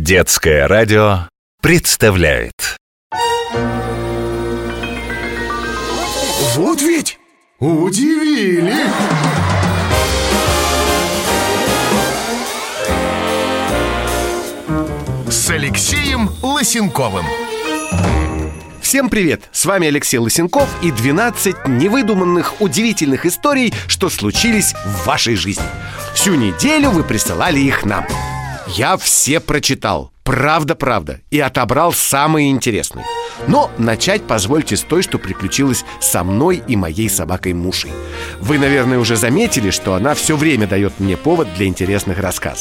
Детское радио представляет. Вот ведь удивили! С Алексеем Лысенковым. Всем привет! С вами Алексей Лысенков и 12 невыдуманных, удивительных историй, что случились в вашей жизни. Всю неделю вы присылали их нам. Я все прочитал, правда, и отобрал самые интересные. Но начать позвольте с той, что приключилось со мной и моей собакой Мушей. Вы, наверное, уже заметили, что она все время дает мне повод для интересных рассказов.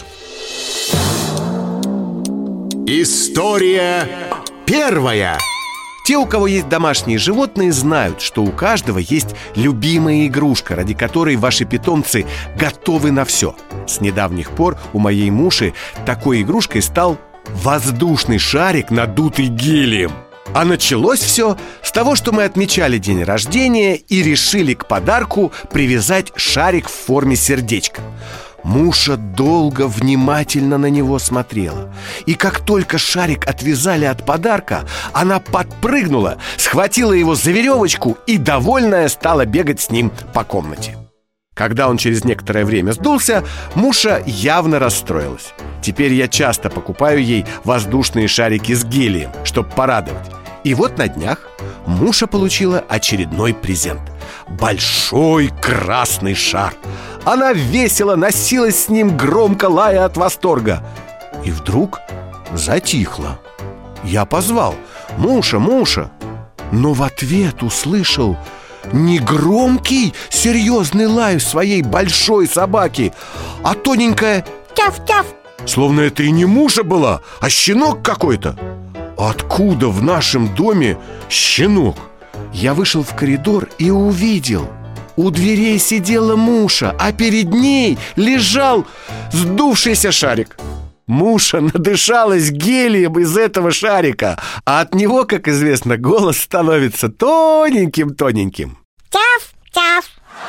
История первая. Те, у кого есть домашние животные, знают, что у каждого есть любимая игрушка, ради которой ваши питомцы готовы на все. С недавних пор у моей Муши такой игрушкой стал воздушный шарик, надутый гелием. А началось все с того, что мы отмечали день рождения и решили к подарку привязать шарик в форме сердечка. Муша долго, внимательно на него смотрела. И как только шарик отвязали от подарка, она подпрыгнула, схватила его за веревочку и, довольная, стала бегать с ним по комнате. Когда он через некоторое время сдулся, Муша явно расстроилась. Теперь я часто покупаю ей воздушные шарики с гелием, чтобы порадовать. И вот на днях Муша получила очередной презент. Большой красный шар. Она весело носилась с ним, громко лая от восторга. И вдруг затихла. Я позвал: «Муша, Муша!» Но в ответ услышал не громкий, серьезный лай своей большой собаки, а тоненькое «тяв-тяв». Словно это и не Муша была, а щенок какой-то. Откуда в нашем доме щенок? Я вышел в коридор и увидел: у дверей сидела Муша, а перед ней лежал сдувшийся шарик. Муша надышалась гелием из этого шарика, а от него, как известно, голос становится тоненьким-тоненьким. Тяв-тяв.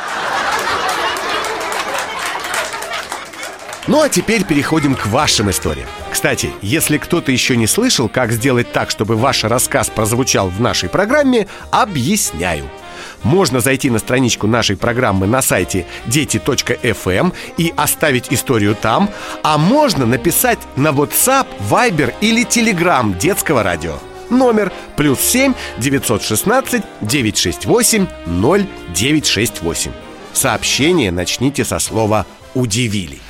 Ну а теперь переходим к вашим историям. Кстати, если кто-то еще не слышал, как сделать так, чтобы ваш рассказ прозвучал в нашей программе, объясняю. Можно зайти на страничку нашей программы на сайте дети.fm и оставить историю там, а можно написать на WhatsApp, Viber или Telegram детского радио. Номер +7 916 968 0968. Сообщение начните со слова «удивили».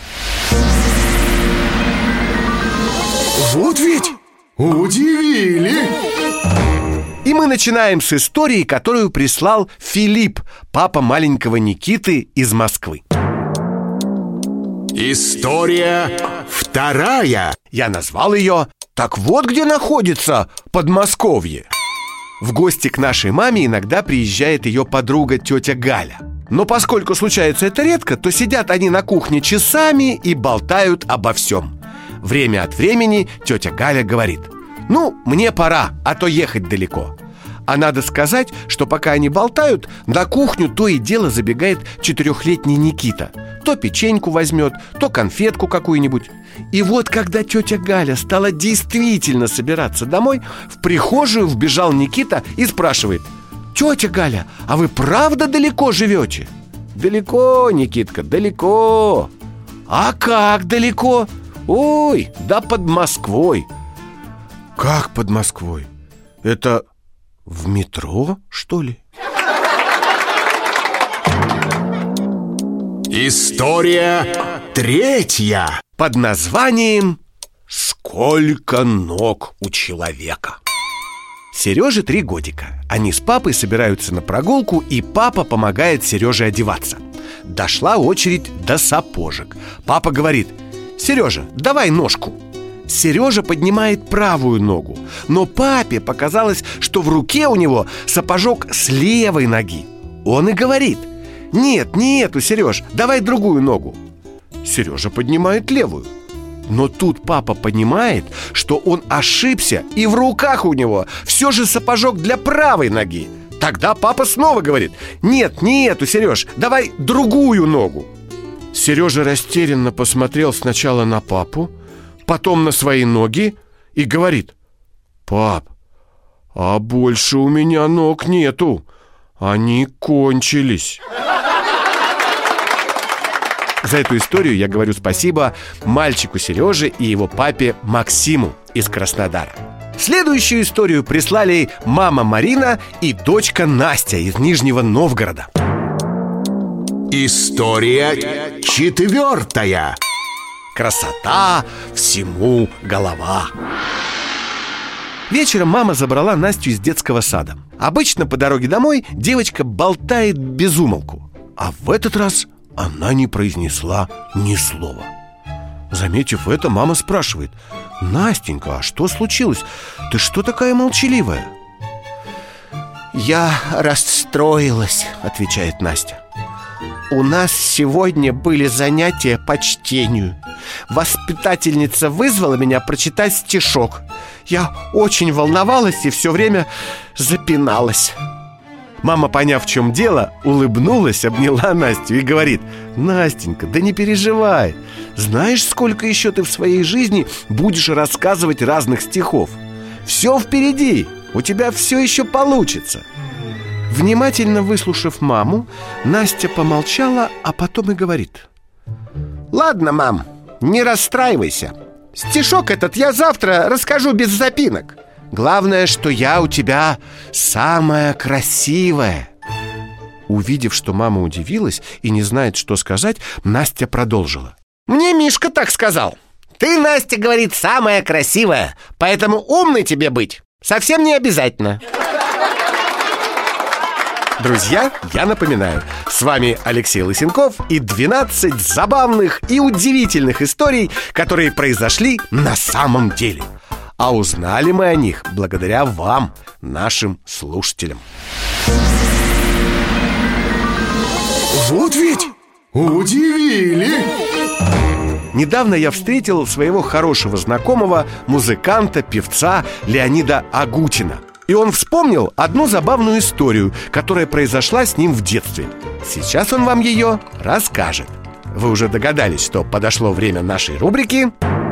Вот ведь удивили! И мы начинаем с истории, которую прислал Филипп, папа маленького Никиты из Москвы. История вторая. Я назвал ее «Так вот где находится Подмосковье». В гости к нашей маме иногда приезжает ее подруга тетя Галя. Но поскольку случается это редко, то сидят они на кухне часами и болтают обо всем. Время от времени тетя Галя говорит: «Ну, мне пора, а то ехать далеко». А надо сказать, что пока они болтают, на кухню то и дело забегает 4-летний Никита. То печеньку возьмет, то конфетку какую-нибудь. И вот когда тетя Галя стала действительно собираться домой, в прихожую вбежал Никита и спрашивает: «Тетя Галя, а вы правда далеко живете?» «Далеко, Никитка, далеко». «А как далеко?» «Ой, да под Москвой». «Как под Москвой? Это в метро, что ли?» История третья. Под названием «Сколько ног у человека». Сереже 3 годика. Они с папой собираются на прогулку, и папа помогает Сереже одеваться. Дошла очередь до сапожек. Папа говорит: «Сережа, давай ножку». Сережа поднимает правую ногу, но папе показалось, что в руке у него сапожок с левой ноги. Он и говорит: «Нет, Сереж, давай другую ногу». Сережа поднимает левую. Но тут папа понимает, что он ошибся, и в руках у него все же сапожок для правой ноги. Тогда папа снова говорит: «Нет, Сереж, давай другую ногу». Сережа растерянно посмотрел сначала на папу, потом на свои ноги и говорит: «Пап, а больше у меня ног нету, они кончились». За эту историю я говорю спасибо мальчику Сереже и его папе Максиму из Краснодара. Следующую историю прислали мама Марина и дочка Настя из Нижнего Новгорода. История 4. Красота всему голова. Вечером мама забрала Настю из детского сада. Обычно по дороге домой девочка болтает без умолку, а в этот раз она не произнесла ни слова. Заметив это, мама спрашивает: «Настенька, а что случилось? Ты что такая молчаливая?» «Я расстроилась», — отвечает Настя. «У нас сегодня были занятия по чтению. Воспитательница вызвала меня прочитать стишок. Я очень волновалась и все время запиналась». Мама, поняв, в чем дело, улыбнулась, обняла Настю и говорит: «Настенька, да не переживай. Знаешь, сколько еще ты в своей жизни будешь рассказывать разных стихов? Все впереди, у тебя все еще получится». Внимательно выслушав маму, Настя помолчала, а потом и говорит: «Ладно, мам, не расстраивайся. Стишок этот я завтра расскажу без запинок. Главное, что я у тебя самая красивая». Увидев, что мама удивилась и не знает, что сказать, Настя продолжила: «Мне Мишка так сказал. Ты, Настя, говорит, самая красивая, поэтому умной тебе быть совсем не обязательно». Друзья, я напоминаю, с вами Алексей Лысенков и 12 забавных и удивительных историй, которые произошли на самом деле. А узнали мы о них благодаря вам, нашим слушателям. Вот ведь удивили! Недавно я встретил своего хорошего знакомого, музыканта, певца Леонида Агутина. И он вспомнил одну забавную историю, которая произошла с ним в детстве. Сейчас он вам ее расскажет. Вы уже догадались, что подошло время нашей рубрики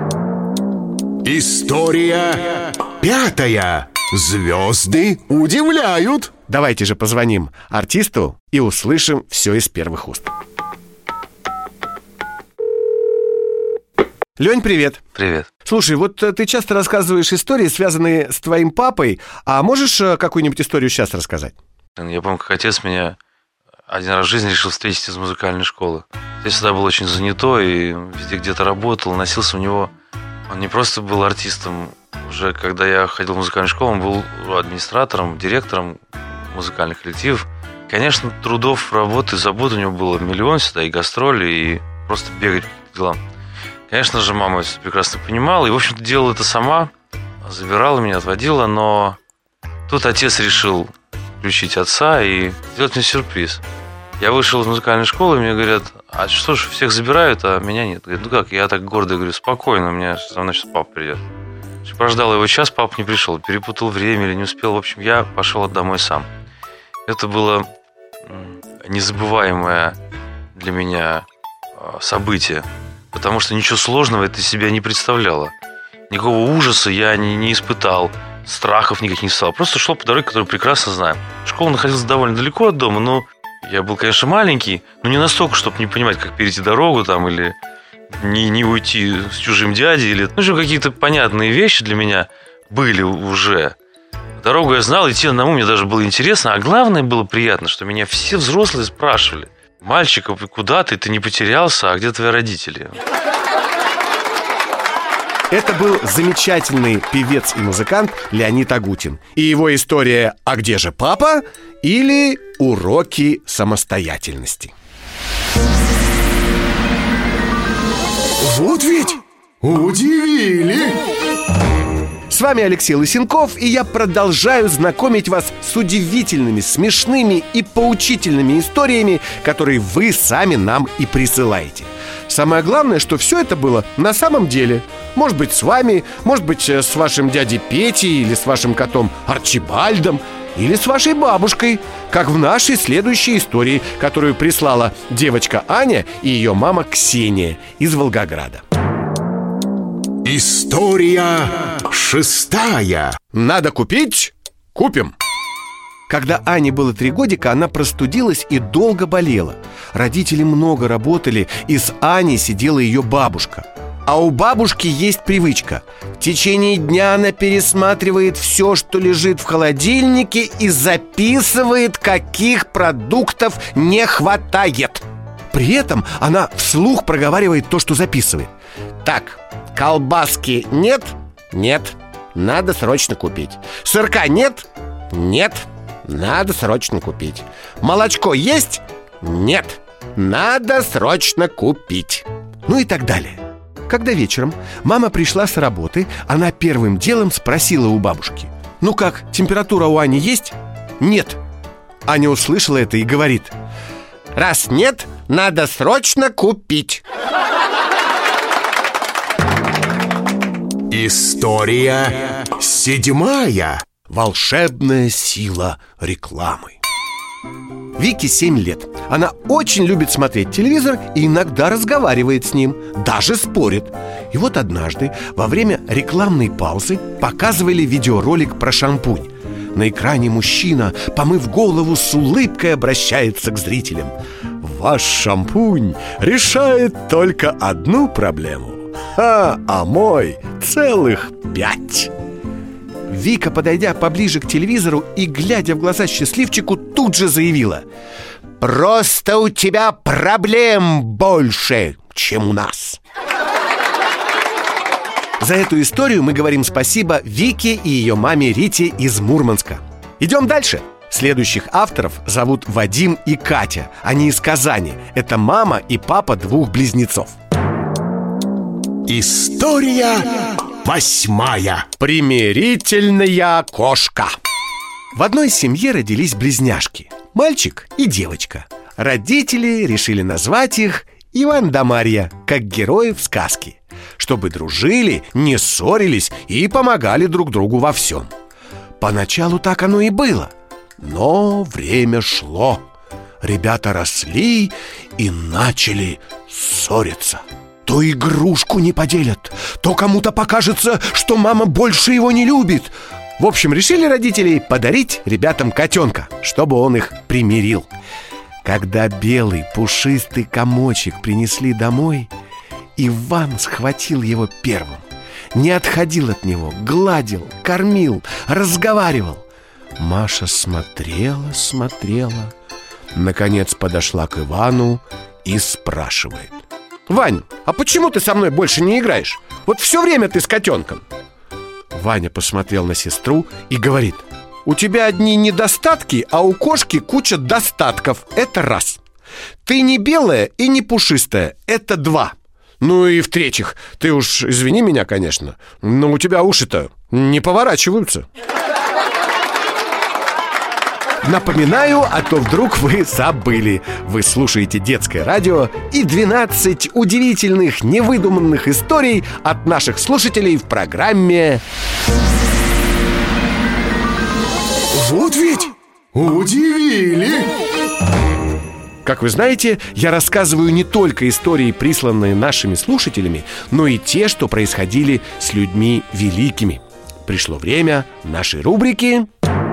История 5. Звезды удивляют. Давайте же позвоним артисту и услышим все из первых уст. Лень, привет. Привет. Слушай, вот ты часто рассказываешь истории, связанные с твоим папой. А можешь какую-нибудь историю сейчас рассказать? Я помню, как отец меня один раз в жизни решил встретить из музыкальной школы. Я всегда был очень занятой и везде где-то работал, носился у него. Он не просто был артистом. Уже когда я ходил в музыкальную школу, он был администратором, директором музыкальных коллективов. Конечно, трудов, работы, забот у него было миллион всегда, и гастроли, и просто бегать по делам. Конечно же, мама это прекрасно понимала и, в общем-то, делала это сама. Забирала меня, отводила, но тут отец решил включить отца и сделать мне сюрприз. Я вышел из музыкальной школы, и мне говорят: а что ж, всех забирают, а меня нет. Говорят: ну как, я так гордо говорю: спокойно, у меня со мной сейчас папа придет. Прождал его час, папа не пришел, перепутал время или не успел. В общем, я пошел домой сам. Это было незабываемое для меня событие, потому что ничего сложного это из себя не представляло. Никакого ужаса я не испытал, страхов никаких не стал. Просто шел по дороге, которую прекрасно знаю. Школа находилась довольно далеко от дома, но я был, конечно, маленький, но не настолько, чтобы не понимать, как перейти дорогу там, или не уйти с чужим дядей, или какие-то понятные вещи для меня были уже. Дорогу я знал, идти одному мне даже было интересно, а главное было приятно, что меня все взрослые спрашивали: мальчик, куда ты? Ты не потерялся? А где твои родители? Это был замечательный певец и музыкант Леонид Агутин. И его история «А где же папа?» или «Уроки самостоятельности». Вот ведь удивили! С вами Алексей Лысенков, и я продолжаю знакомить вас с удивительными, смешными и поучительными историями, которые вы сами нам и присылаете. Самое главное, что все это было на самом деле. Может быть, с вами, может быть, с вашим дядей Петей, или с вашим котом Арчибальдом, или с вашей бабушкой, как в нашей следующей истории, которую прислала девочка Аня и ее мама Ксения из Волгограда. История 6. Надо купить? Купим. Когда Ане было 3 годика, она простудилась и долго болела. Родители много работали, и с Аней сидела ее бабушка. А у бабушки есть привычка. В течение дня она пересматривает все, что лежит в холодильнике, и записывает, каких продуктов не хватает. При этом она вслух проговаривает то, что записывает. Так, колбаски нет? Нет. Надо срочно купить. Сырка нет? Нет. Надо срочно купить. Молочко есть? Нет. Надо срочно купить. Ну и так далее. Когда вечером мама пришла с работы, она первым делом спросила у бабушки: «Ну как, температура у Ани есть?» «Нет». Аня услышала это и говорит: «Раз нет, надо срочно купить». История 7. Волшебная сила рекламы. Вике 7 лет. Она очень любит смотреть телевизор и иногда разговаривает с ним, даже спорит. И вот однажды во время рекламной паузы показывали видеоролик про шампунь. На экране мужчина, помыв голову, с улыбкой обращается к зрителям: «Ваш шампунь решает только одну проблему, а мой целых 5». Вика, подойдя поближе к телевизору и глядя в глаза счастливчику, тут же заявила: «Просто у тебя проблем больше, чем у нас». За эту историю мы говорим спасибо Вике и ее маме Рите из Мурманска. Идем дальше. Следующих авторов зовут Вадим и Катя. Они из Казани. Это мама и папа 2 близнецов. История 8. Примирительная кошка. В одной семье родились близняшки, мальчик и девочка. Родители решили назвать их Иван да Марья, как героев сказки, чтобы дружили, не ссорились и помогали друг другу во всем. Поначалу так оно и было, но время шло. Ребята росли и начали ссориться. То игрушку не поделят, то кому-то покажется, что мама больше его не любит. В общем, решили родители подарить ребятам котенка, чтобы он их примирил. Когда белый пушистый комочек принесли домой, Иван схватил его первым, не отходил от него, гладил, кормил, разговаривал. Маша смотрела, наконец подошла к Ивану и спрашивает: «Вань, а почему ты со мной больше не играешь? Вот все время ты с котенком». Ваня посмотрел на сестру и говорит: «У тебя одни недостатки, а у кошки куча достатков. Это раз. Ты не белая и не пушистая. Это 2. Ну и в-третьих, ты уж извини меня, конечно, но у тебя уши-то не поворачиваются». Напоминаю, а то вдруг вы забыли. Вы слушаете Детское радио и 12 удивительных, невыдуманных историй от наших слушателей в программе Вот ведь удивили! Как вы знаете, я рассказываю не только истории, присланные нашими слушателями, но и те, что происходили с людьми великими. Пришло время нашей рубрики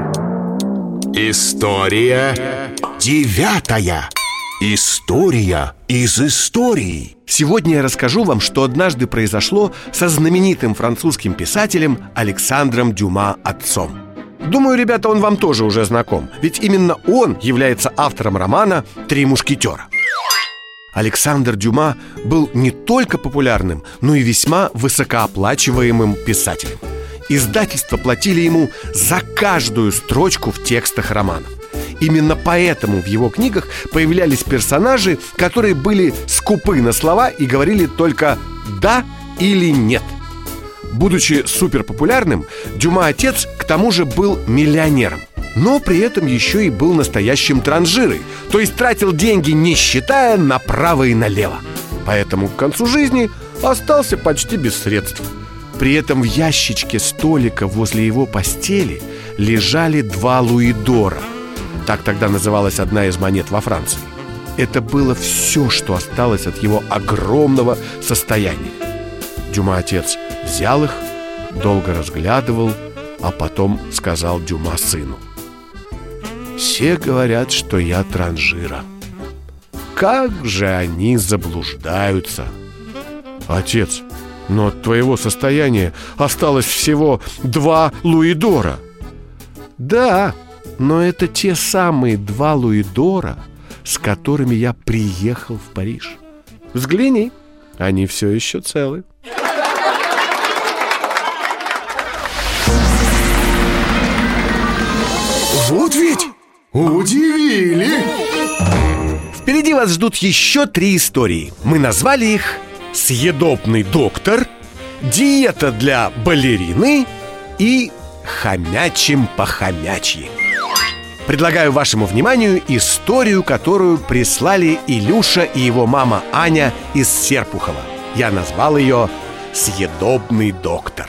История 9. История из истории. Сегодня я расскажу вам, что однажды произошло со знаменитым французским писателем Александром Дюма отцом. Думаю, ребята, он вам тоже уже знаком, ведь именно он является автором романа «Три мушкетера». Александр Дюма был не только популярным, но и весьма высокооплачиваемым писателем. Издательства платили ему за каждую строчку в текстах романов. Именно поэтому в его книгах появлялись персонажи, которые были скупы на слова и говорили только «да» или «нет». Будучи суперпопулярным, Дюма отец к тому же был миллионером, но при этом еще и был настоящим транжирой, то есть тратил деньги, не считая, направо и налево. Поэтому к концу жизни остался почти без средств. При этом в ящичке столика возле его постели лежали 2 луидора. Так тогда называлась одна из монет во Франции. Это было все, что осталось от его огромного состояния. Дюма отец Взял их, долго разглядывал, а потом сказал Дюма сыну: «Все говорят, что я транжира. Как же они заблуждаются!» «Отец, но от твоего состояния осталось всего 2 луидора». «Да, но это те самые 2 луидора, с которыми я приехал в Париж. Взгляни, они все еще целы». Вот ведь удивили! Впереди вас ждут еще 3 истории. Мы назвали их «Съедобный доктор», «Диета для балерины» и «Хомячим по-хомячьи». Предлагаю вашему вниманию историю, которую прислали Илюша и его мама Аня из Серпухова. Я назвал ее «Съедобный доктор».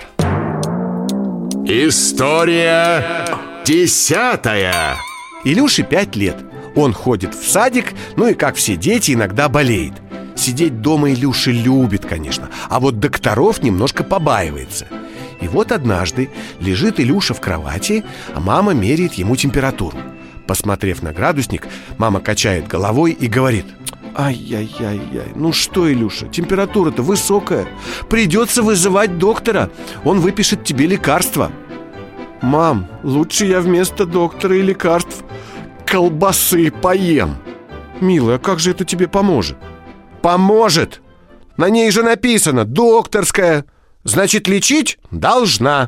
История 10. Илюше 5 лет. Он ходит в садик, ну и, как все дети, иногда болеет. Сидеть дома Илюша любит, конечно, а вот докторов немножко побаивается. И вот однажды лежит Илюша в кровати, а мама меряет ему температуру. Посмотрев на градусник, мама качает головой и говорит: «Ай-яй-яй-яй, ну что, Илюша, температура-то высокая. Придется вызывать доктора, он выпишет тебе лекарства». «Мам, лучше я вместо доктора и лекарств колбасы поем». «Милая, а как же это тебе поможет?» «Поможет! На ней же написано «докторская». Значит, лечить должна».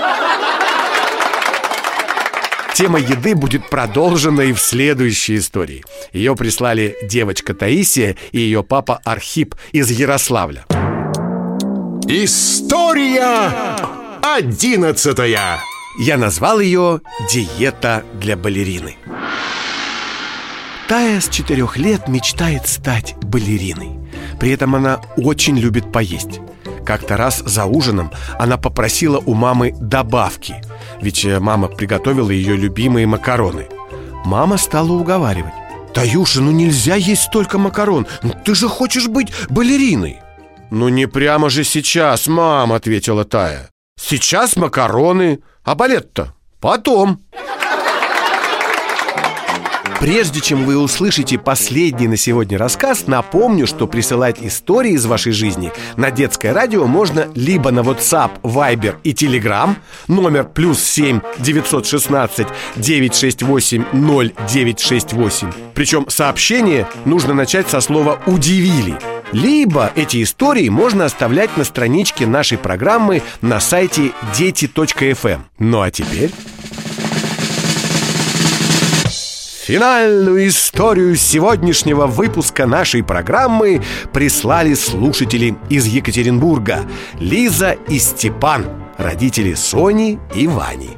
Тема еды будет продолжена и в следующей истории. Ее прислали девочка Таисия и ее папа Архип из Ярославля. История 11. Я назвал ее «Диета для балерины». Тая с 4 лет мечтает стать балериной. При этом она очень любит поесть. Как-то раз за ужином она попросила у мамы добавки, ведь мама приготовила ее любимые макароны. Мама стала уговаривать: «Таюша, ну нельзя есть столько макарон, ты же хочешь быть балериной». «Ну не прямо же сейчас, мам», — ответила Тая. «Сейчас макароны, а балет-то потом». Прежде чем вы услышите последний на сегодня рассказ, напомню, что присылать истории из вашей жизни на детское радио можно либо на WhatsApp, Viber и Telegram, номер +7 916 968 0968. Причем сообщение нужно начать со слова «удивили». Либо эти истории можно оставлять на страничке нашей программы на сайте дети.фм. Ну а теперь... Финальную историю сегодняшнего выпуска нашей программы прислали слушатели из Екатеринбурга Лиза и Степан, родители Сони и Вани.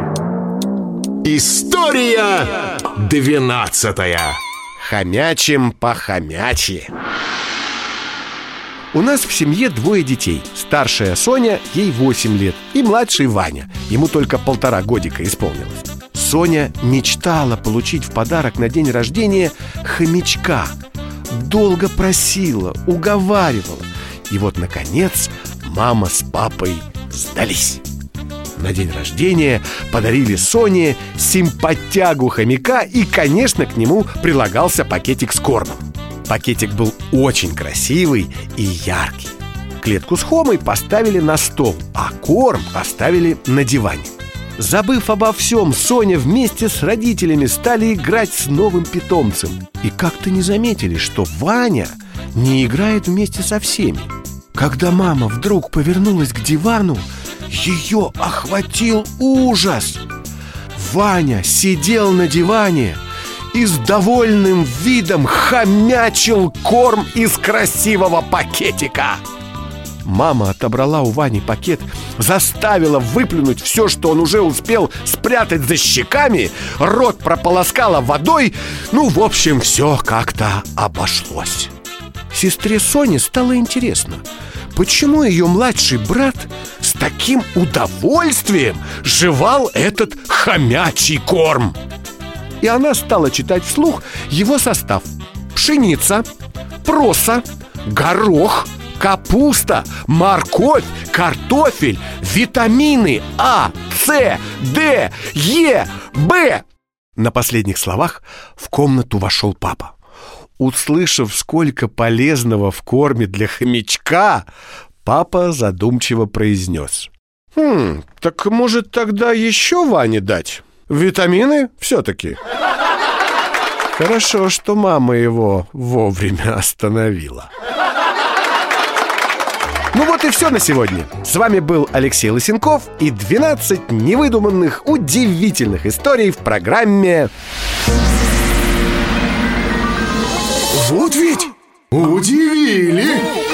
История 12. Хомячим по-хомячьи. У нас в семье 2 детей. Старшая Соня, ей 8 лет, и младший Ваня, ему только 1,5 годика исполнилось. Соня мечтала получить в подарок на день рождения хомячка. Долго просила, уговаривала. И вот, наконец, мама с папой сдались. На день рождения подарили Соне симпатягу хомяка, и, конечно, к нему прилагался пакетик с кормом. Пакетик был очень красивый и яркий. Клетку с хомой поставили на стол, а корм оставили на диване. Забыв обо всем, Соня вместе с родителями стали играть с новым питомцем. И как-то не заметили, что Ваня не играет вместе со всеми. Когда мама вдруг повернулась к дивану, ее охватил ужас. Ваня сидел на диване и с довольным видом хомячил корм из красивого пакетика. Мама отобрала у Вани пакет, заставила выплюнуть все, что он уже успел спрятать за щеками, рот прополоскала водой. Ну, в общем, все как-то обошлось. Сестре Соне стало интересно, почему ее младший брат с таким удовольствием жевал этот хомячий корм. И она стала читать вслух его состав: пшеница, проса, горох, капуста, морковь, картофель, витамины А, С, Д, Е, Б. На последних словах в комнату вошел папа. Услышав, сколько полезного в корме для хомячка, папа задумчиво произнес: так может тогда еще Ване дать? Витамины все-таки. Хорошо, что мама его вовремя остановила. Ну вот и все на сегодня. С вами был Алексей Лысенков и 12 невыдуманных, удивительных историй в программе Вот ведь удивили!